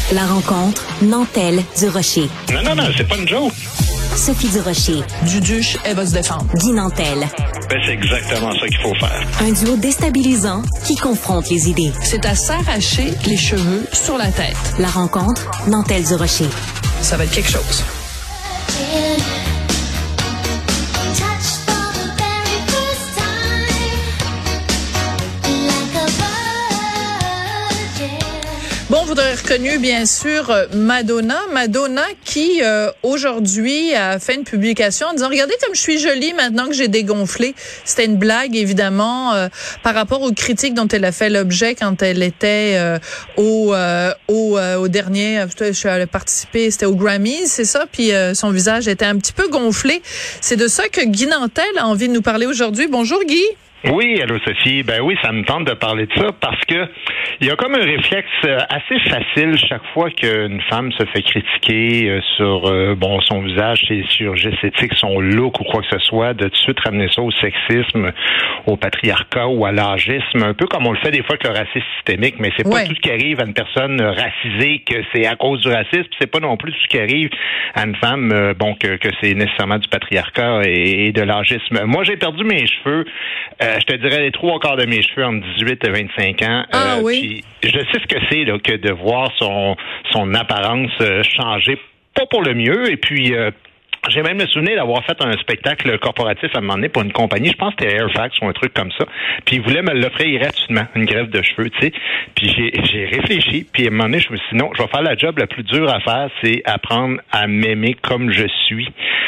La rencontre Nantel-Durocher. Non, c'est pas une joke. Sophie Durocher. Duduche, elle va se défendre. Guy Nantel. Ben, c'est exactement ça qu'il faut faire. Un duo déstabilisant qui confronte les idées. C'est à s'arracher les cheveux sur la tête. La rencontre Nantel-Durocher. Ça va être quelque chose. Bon, vous aurez reconnu, bien sûr, Madonna. Madonna qui, aujourd'hui, a fait une publication en disant « Regardez comme je suis jolie maintenant que j'ai dégonflé ». C'était une blague, évidemment, par rapport aux critiques dont elle a fait l'objet quand elle était au dernier... Je suis allée participer, c'était au Grammys, c'est ça? Puis son visage était un petit peu gonflé. C'est de ça que Guy Nantel a envie de nous parler aujourd'hui. Bonjour, Guy. Oui, allô Sophie. Ben oui, ça me tente de parler de ça parce que il y a comme un réflexe assez facile chaque fois qu'une femme se fait critiquer sur son visage, ses chirurgies esthétiques, son look ou quoi que ce soit, de tout de suite ramener ça au sexisme, au patriarcat ou à l'âgisme, un peu comme on le fait des fois avec le racisme systémique, mais c'est pas tout ce qui arrive à une personne racisée que c'est à cause du racisme, c'est pas non plus tout ce qui arrive à une femme que c'est nécessairement du patriarcat et de l'âgisme. Moi, j'ai perdu mes cheveux. Je te dirais les 3/4 de mes cheveux entre 18 et 25 ans. Oui. Puis je sais ce que c'est là, que de voir son apparence changer, pas pour le mieux. Et puis j'ai même le souvenir d'avoir fait un spectacle corporatif à un moment donné pour une compagnie, je pense que c'était Airfax ou un truc comme ça. Puis ils voulaient me l'offrir gratuitement, une greffe de cheveux, tu sais. Puis j'ai réfléchi, puis à un moment donné, je me suis dit non, je vais faire la job la plus dure à faire, c'est apprendre à m'aimer comme je suis.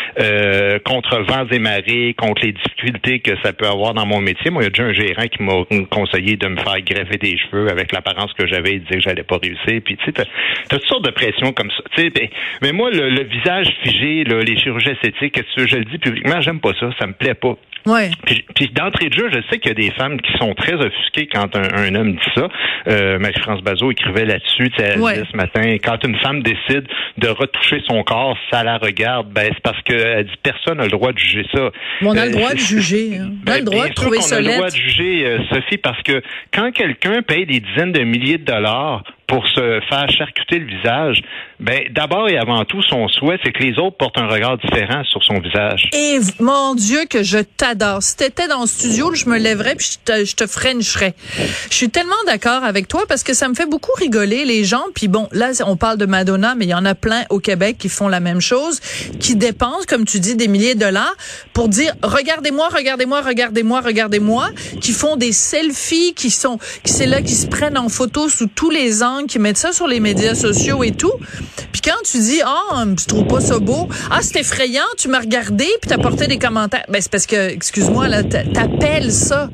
Contre vents et marées, contre les difficultés que ça peut avoir dans mon métier. Moi, il y a déjà un gérant qui m'a conseillé de me faire greffer des cheveux avec l'apparence que j'avais. Il disait que j'allais pas réussir. Puis, tu sais, t'as toutes sortes de pressions comme ça. Tu sais, mais moi, le visage figé, là, les chirurgies esthétiques, je le dis publiquement, j'aime pas ça. Ça me plaît pas. Ouais. Puis d'entrée de jeu, je sais qu'il y a des femmes qui sont très offusquées quand un homme dit ça. Marie-France Bazot écrivait là-dessus, elle disait ce matin, quand une femme décide de retoucher son corps, ça la regarde, ben c'est parce que elle dit personne n'a le droit de juger ça. On a le droit de juger. On a le droit de trouver ça laid. On a le droit de juger, Sophie, parce que quand quelqu'un paye des dizaines de milliers de dollars pour se faire charcuter le visage, ben d'abord et avant tout, son souhait, c'est que les autres portent un regard différent sur son visage. Et mon Dieu que je t'adore. Si t'étais dans le studio, je me lèverais puis je te frencherais. Je suis tellement d'accord avec toi parce que ça me fait beaucoup rigoler les gens. Puis bon, là, on parle de Madonna, mais il y en a plein au Québec qui font la même chose, qui dépensent, comme tu dis, des milliers de dollars pour dire regardez-moi, regardez-moi, regardez-moi, regardez-moi, qui font des selfies, qui se prennent en photo sous tous les angles, qui mettent ça sur les médias sociaux et tout. Puis quand tu dis tu trouves pas ça beau, c'est effrayant, tu m'as regardé puis t'as porté des commentaires. Ben c'est parce que excuse-moi là, t'appelles ça.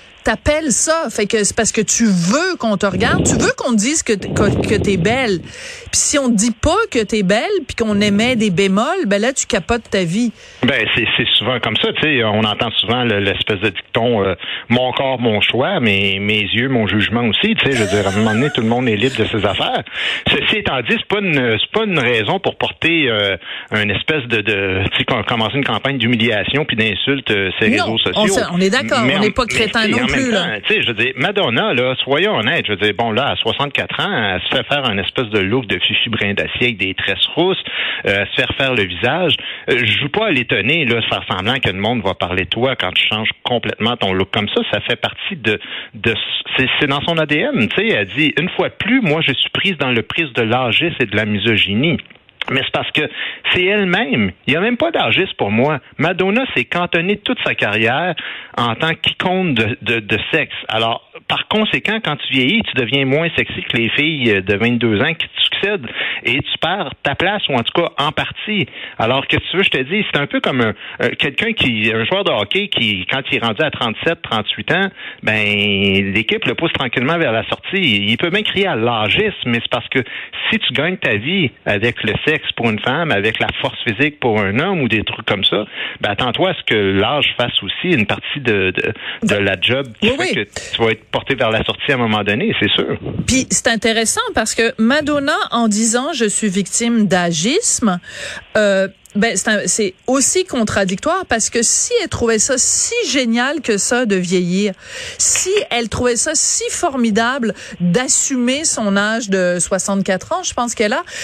Fait que c'est parce que tu veux qu'on te regarde, tu veux qu'on te dise que t'es belle. Puis si on te dit pas que t'es belle puis qu'on émet des bémols, ben là tu capotes ta vie. Ben c'est souvent comme ça, tu sais, on entend souvent l'espèce de dicton mon corps, mon choix, mais mes yeux, mon jugement aussi, tu sais, je veux dire à un moment donné tout le monde est libre de ses affaires. Ceci étant dit, c'est pas une raison pour porter une espèce de tu sais commencer une campagne d'humiliation puis d'insultes ces réseaux sociaux. On est d'accord, on n'est pas crétin non plus. Tu sais, je veux dire, Madonna, là, soyons honnêtes, je veux dire, bon, là, à 64 ans, elle se fait faire un espèce de look de fichu brin d'acier avec des tresses rousses, se faire faire le visage. Je joue pas à l'étonner, là, faire semblant que le monde va parler de toi quand tu changes complètement ton look comme ça. Ça fait partie c'est dans son ADN, tu sais. Elle dit, une fois de plus, moi, je suis prise dans le prisme de l'âgisme et de la misogynie. Mais c'est parce que c'est elle-même. Il n'y a même pas d'âgisme pour moi. Madonna s'est cantonnée toute sa carrière en tant qu'icône de sexe. Alors, par conséquent, quand tu vieillis, tu deviens moins sexy que les filles de 22 ans qui te succèdent et tu perds ta place, ou en tout cas en partie. Alors que tu veux, je te dis, c'est un peu comme un joueur de hockey qui, quand il est rendu à 37, 38 ans, ben l'équipe le pousse tranquillement vers la sortie. Il peut bien crier à l'âgisme, mais c'est parce que si tu gagnes ta vie avec le sexe pour une femme, avec la force physique pour un homme ou des trucs comme ça, ben attends-toi à ce que l'âge fasse aussi une partie de la job qui fait que tu vas être porté vers la sortie à un moment donné, c'est sûr. Puis c'est intéressant parce que Madonna, en disant « je suis victime d'agisme », c'est aussi contradictoire parce que si elle trouvait ça si génial que ça de vieillir, si elle trouvait ça si formidable d'assumer son âge de 64 ans, je pense qu'elle a,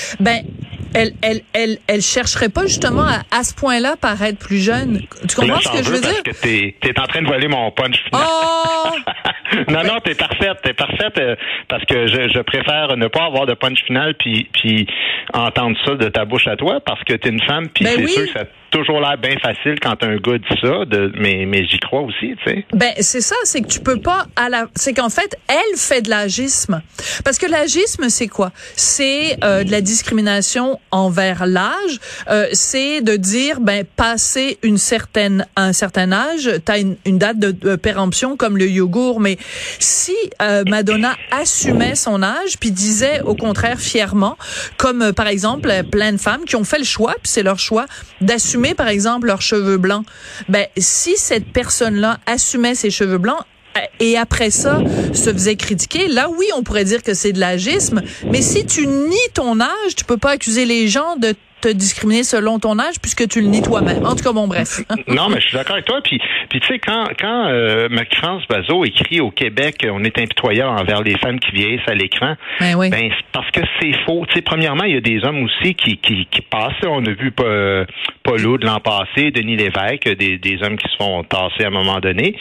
elle chercherait pas justement à ce point-là paraître plus jeune. Tu comprends ce que je veux dire? Parce que t'es en train de voler mon punch final. Oh! Non, t'es parfaite, parce que je préfère ne pas avoir de punch final puis entendre ça de ta bouche à toi parce que t'es une femme puis c'est sûr que ça a toujours l'air bien facile quand un gars dit ça, mais j'y crois aussi, tu sais. C'est ça, c'est que tu peux pas c'est qu'en fait, elle fait de l'agisme. Parce que l'agisme, c'est quoi? C'est de la discrimination envers l'âge, c'est de dire passé un certain âge, t'as une date de péremption comme le yogourt, mais si Madonna assumait son âge puis disait au contraire fièrement, comme par exemple plein de femmes qui ont fait le choix, puis c'est leur choix d'assumer par exemple leurs cheveux blancs, si cette personne-là assumait ses cheveux blancs et après ça se faisait critiquer, là oui on pourrait dire que c'est de l'agisme, mais si tu nies ton âge, tu peux pas accuser les gens de te discriminer selon ton âge puisque tu le nies toi-même. En tout cas, bon, bref. Non, mais je suis d'accord avec toi. Puis tu sais, quand Marie-France Bazot écrit au Québec, on est impitoyable envers les femmes qui vieillissent à l'écran. Oui. C'est parce que c'est faux. Tu sais, premièrement, il y a des hommes aussi qui passent. On a vu Paul de l'an passé, Denis Lévesque, des hommes qui se font tasser à un moment donné.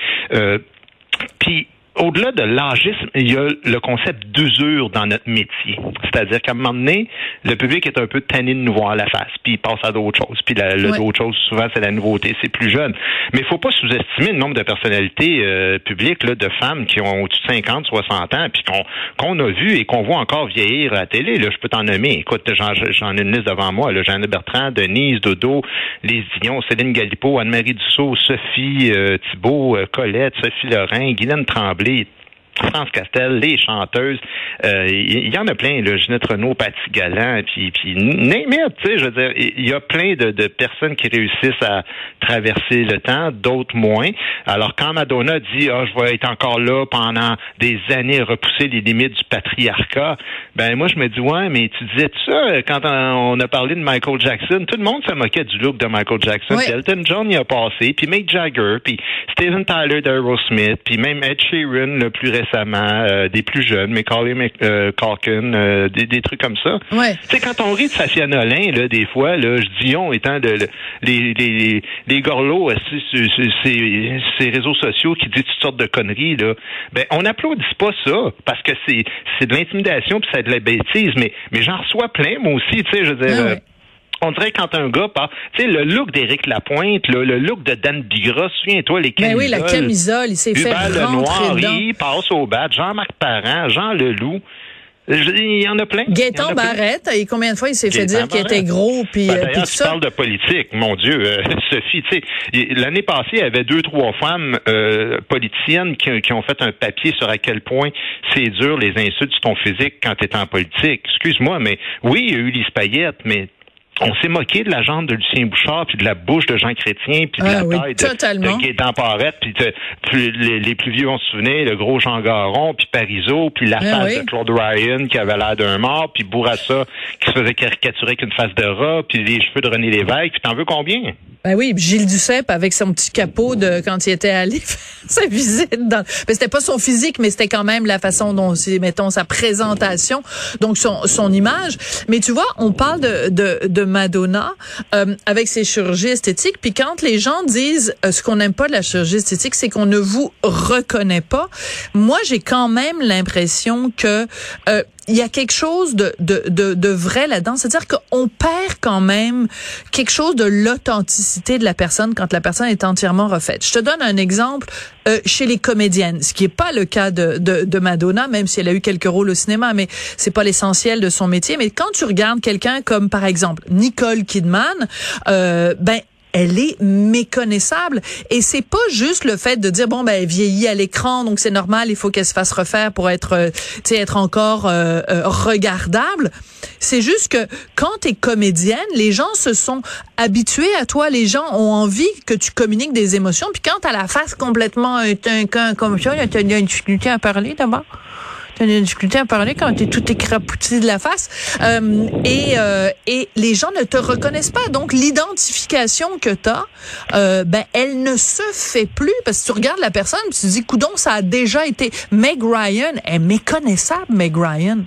Puis au-delà de l'âgisme, il y a le concept d'usure dans notre métier. C'est-à-dire qu'à un moment donné, le public est un peu tanné de nous voir la face, puis il passe à d'autres choses. Puis d'autres choses, souvent, c'est la nouveauté, c'est plus jeune. Mais il faut pas sous-estimer le nombre de personnalités publiques, là, de femmes qui ont au-dessus de 50, 60 ans, puis qu'on a vu et qu'on voit encore vieillir à la télé. Là, je peux t'en nommer. Écoute, j'en ai une liste devant moi. Là, Jeanne Bertrand, Denise, Dodo, Lise Dion, Céline Galipo, Anne-Marie Dussault, Sophie Thibault, Colette, Sophie Lorrain, Guylaine Tremblay, France Castel, les chanteuses, il y en a plein, là, Ginette Renault, Paty Galland, puis name it, tu sais, je veux dire, il y a plein de personnes qui réussissent à traverser le temps, d'autres moins. Alors, quand Madonna dit, je vais être encore là pendant des années, repousser les limites du patriarcat, moi, je me dis, ouais, mais tu disais tout ça, quand on a parlé de Michael Jackson, tout le monde se moquait du look de Michael Jackson, puis Elton John y a passé, puis Mick Jagger, puis Steven Tyler d'Aerosmith, puis même Ed Sheeran, le plus récemment, des plus jeunes, Macaulay Culkin, des trucs comme ça. Ouais. Tu sais, quand on rit de Safia Nolin, là, des fois, là, Dion étant les gorlots sur ces réseaux sociaux qui disent toutes sortes de conneries, là, on n'applaudit pas ça, parce que c'est de l'intimidation puis c'est de la bêtise, mais j'en reçois plein, moi aussi, tu sais, je veux dire... On dirait quand un gars part, tu sais, le look d'Éric Lapointe, là, le look de Dan Bigra, souviens-toi, les camisoles. Oui, la camisole, il s'est fait rentrer dedans. Il passe au bat, Jean-Marc Parent, Jean Leloup. Il y en a plein. Gaétan Barrette, et combien de fois il s'est fait dire qu'il était gros, puis d'ailleurs, tout tu ça. parles de politique, mon Dieu, Sophie, tu sais, l'année passée, il y avait 2-3 femmes politiciennes qui ont fait un papier sur à quel point c'est dur les insultes sur ton physique quand tu es en politique. Excuse-moi, mais oui, il y a eu Lise Payette, mais on s'est moqué de la jambe de Lucien Bouchard, puis de la bouche de Jean Chrétien, puis de la taille de Gaétan Barrette, puis les plus vieux vont se souvenir, le gros Jean Garon, puis Parizeau, puis la face de Claude Ryan qui avait l'air d'un mort, puis Bourassa qui se faisait caricaturer avec une face de rat, puis les cheveux de René Lévesque, puis t'en veux combien? Oui, Gilles Duceppe avec son petit capot de quand il était allé faire sa visite dans... c'était pas son physique, mais c'était quand même la façon dont c'est, mettons, sa présentation, donc son image. Mais tu vois, on parle de Madonna avec ses chirurgies esthétiques, puis quand les gens disent ce qu'on n'aime pas de la chirurgie esthétique, c'est qu'on ne vous reconnaît pas. Moi, j'ai quand même l'impression que il y a quelque chose de vrai là-dedans. C'est-à-dire qu'on perd quand même quelque chose de l'authenticité de la personne quand la personne est entièrement refaite. Je te donne un exemple chez les comédiennes, ce qui est pas le cas de Madonna, même si elle a eu quelques rôles au cinéma, mais c'est pas l'essentiel de son métier. Mais quand tu regardes quelqu'un comme, par exemple, Nicole Kidman, elle est méconnaissable. Et c'est pas juste le fait de dire, elle vieillit à l'écran, donc c'est normal, il faut qu'elle se fasse refaire pour être encore regardable. C'est juste que quand t'es comédienne, les gens se sont habitués à toi, les gens ont envie que tu communiques des émotions, puis quand t'as la face complètement comme ça, t'as une difficulté à parler d'abord. t'as des difficultés à parler quand t'es tout écrapouti de la face. Et les gens ne te reconnaissent pas. Donc, l'identification que t'as, elle ne se fait plus parce que tu regardes la personne puis tu te dis, coudon, ça a déjà été. Meg Ryan est méconnaissable, Meg Ryan.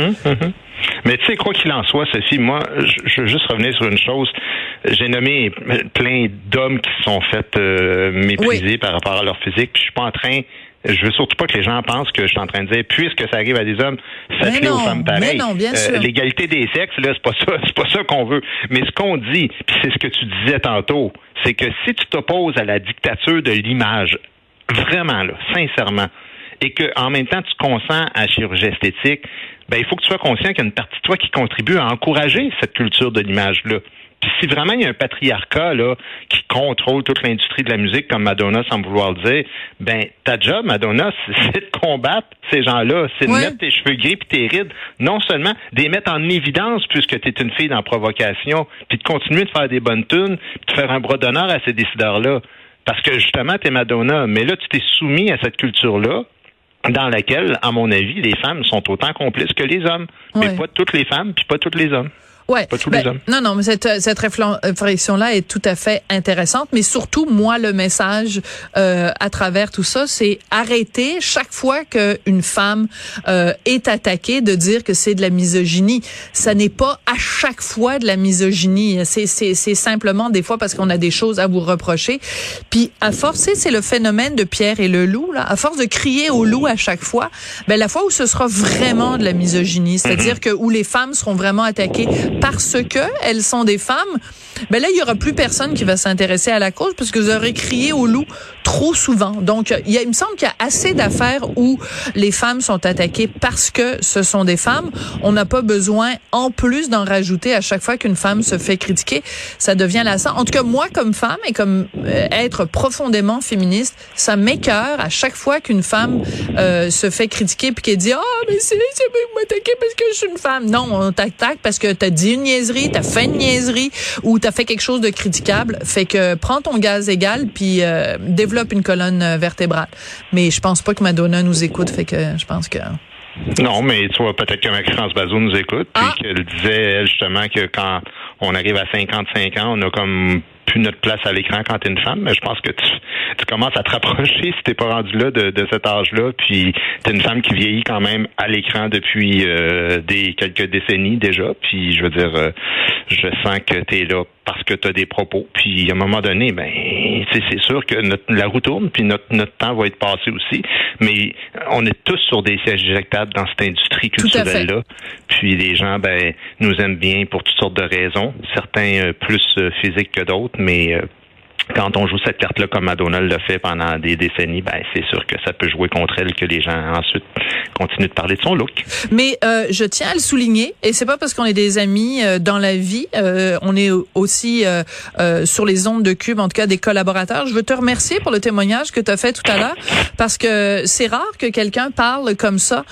Mais tu sais, quoi qu'il en soit, Sophie, moi, je veux juste revenir sur une chose. J'ai nommé plein d'hommes qui se sont fait mépriser par rapport à leur physique. Puis je suis pas en train. Je veux surtout pas que les gens pensent que je suis en train de dire, puisque ça arrive à des hommes, faites-les aux femmes pareilles. Mais non, bien sûr. L'égalité des sexes, là, c'est pas ça qu'on veut. Mais ce qu'on dit, puis c'est ce que tu disais tantôt, c'est que si tu t'opposes à la dictature de l'image, vraiment là, sincèrement, et que en même temps tu consens à la chirurgie esthétique, il faut que tu sois conscient qu'il y a une partie de toi qui contribue à encourager cette culture de l'image-là. Puis si vraiment il y a un patriarcat là qui contrôle toute l'industrie de la musique, comme Madonna semble vouloir le dire, ta job, Madonna, c'est de combattre ces gens-là, c'est de mettre tes cheveux gris puis tes rides, non seulement de les mettre en évidence puisque tu es une fille dans provocation, puis de continuer de faire des bonnes tunes, puis de faire un bras d'honneur à ces décideurs-là. Parce que justement, t'es Madonna, mais là, tu t'es soumis à cette culture-là, dans laquelle, à mon avis, les femmes sont autant complices que les hommes. Mais pas toutes les femmes, puis pas tous les hommes. Ouais. Pas tous les hommes. Non, mais cette réflexion-là est tout à fait intéressante. Mais surtout, moi, le message à travers tout ça, c'est arrêter chaque fois qu'une femme est attaquée de dire que c'est de la misogynie. Ça n'est pas à chaque fois de la misogynie. C'est simplement des fois parce qu'on a des choses à vous reprocher. Puis à force, c'est le phénomène de Pierre et le loup. Là, à force de crier au loup à chaque fois, la fois où ce sera vraiment de la misogynie, c'est-à-dire que où les femmes seront vraiment attaquées parce que elles sont des femmes, là, il y aura plus personne qui va s'intéresser à la cause parce que vous aurez crié au loup trop souvent. Donc, il me semble qu'il y a assez d'affaires où les femmes sont attaquées parce que ce sont des femmes. On n'a pas besoin, en plus, d'en rajouter à chaque fois qu'une femme se fait critiquer. Ça devient lassant. En tout cas, moi, comme femme et comme être profondément féministe, ça m'écoeure à chaque fois qu'une femme se fait critiquer puis qu'elle dit « Ah, mais c'est vous m'attaquer parce que je suis une femme. » Non, on t'attaque parce que t'as dit une niaiserie, t'as fait une niaiserie ou t'as fait quelque chose de critiquable. Fait que prends ton gaz égal puis développe une colonne vertébrale. Mais je pense pas que Madonna nous écoute, fait que je pense que... Non, mais tu vois, peut-être que Marie-France Bazot nous écoute, puis qu'elle disait, elle, justement, que quand on arrive à 55 ans, on a comme plus notre place à l'écran quand t'es une femme, mais je pense que tu commences à te rapprocher si t'es pas rendu là de cet âge-là, puis t'es une femme qui vieillit quand même à l'écran depuis quelques décennies déjà, puis je veux dire, je sens que t'es là parce que t'as des propos, puis à un moment donné, c'est sûr que la roue tourne, puis notre temps va être passé aussi, mais on est tous sur des sièges éjectables dans cette industrie culturelle-là, puis les gens, nous aiment bien pour toutes sortes de raisons, certains plus physiques que d'autres, mais quand on joue cette carte-là comme Madonna l'a fait pendant des décennies, c'est sûr que ça peut jouer contre elle que les gens ensuite continuent de parler de son look. Mais je tiens à le souligner, et c'est pas parce qu'on est des amis dans la vie, on est aussi sur les ondes de Cube, en tout cas des collaborateurs. Je veux te remercier pour le témoignage que tu as fait tout à l'heure, parce que c'est rare que quelqu'un parle comme ça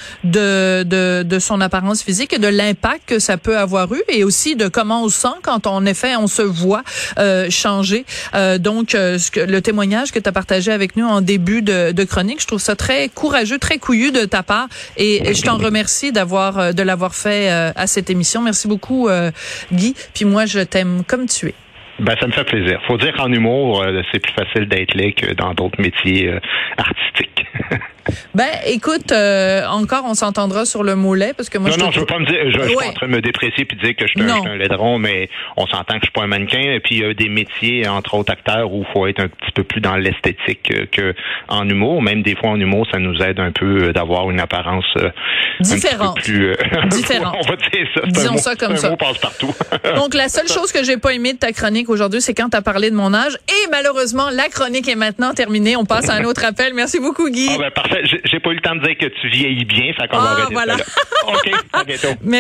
de son apparence physique et de l'impact que ça peut avoir eu, et aussi de comment on se sent quand en effet on se voit changer. Donc, le témoignage que tu as partagé avec nous en début de chronique, je trouve ça très courageux, très couillu de ta part, et je t'en remercie de l'avoir fait à cette émission. Merci beaucoup, Guy. Puis moi, je t'aime comme tu es. Ça me fait plaisir. Faut dire qu'en humour, c'est plus facile d'être laid que dans d'autres métiers artistiques. Écoute, encore, on s'entendra sur le mot lait, parce que moi, je veux pas me dire, je suis pas en train de me déprécier puis dire que je suis un laidron, mais on s'entend que je suis pas un mannequin, et puis il y a des métiers, entre autres acteurs, où il faut être un petit peu plus dans l'esthétique que en humour. Même des fois, en humour, ça nous aide un peu d'avoir une apparence différente. Un petit peu plus, différente. On va dire ça. Disons ça comme ça. Un mot passe-partout. Donc, la seule chose que j'ai pas aimée de ta chronique aujourd'hui, c'est quand tu as parlé de mon âge. Et malheureusement, la chronique est maintenant terminée. On passe à un autre appel. Merci beaucoup, Guy. Parfait. J'ai pas eu le temps de dire que tu vieillis bien, fait qu'on va arrêter voilà. ça là. OK, à bientôt.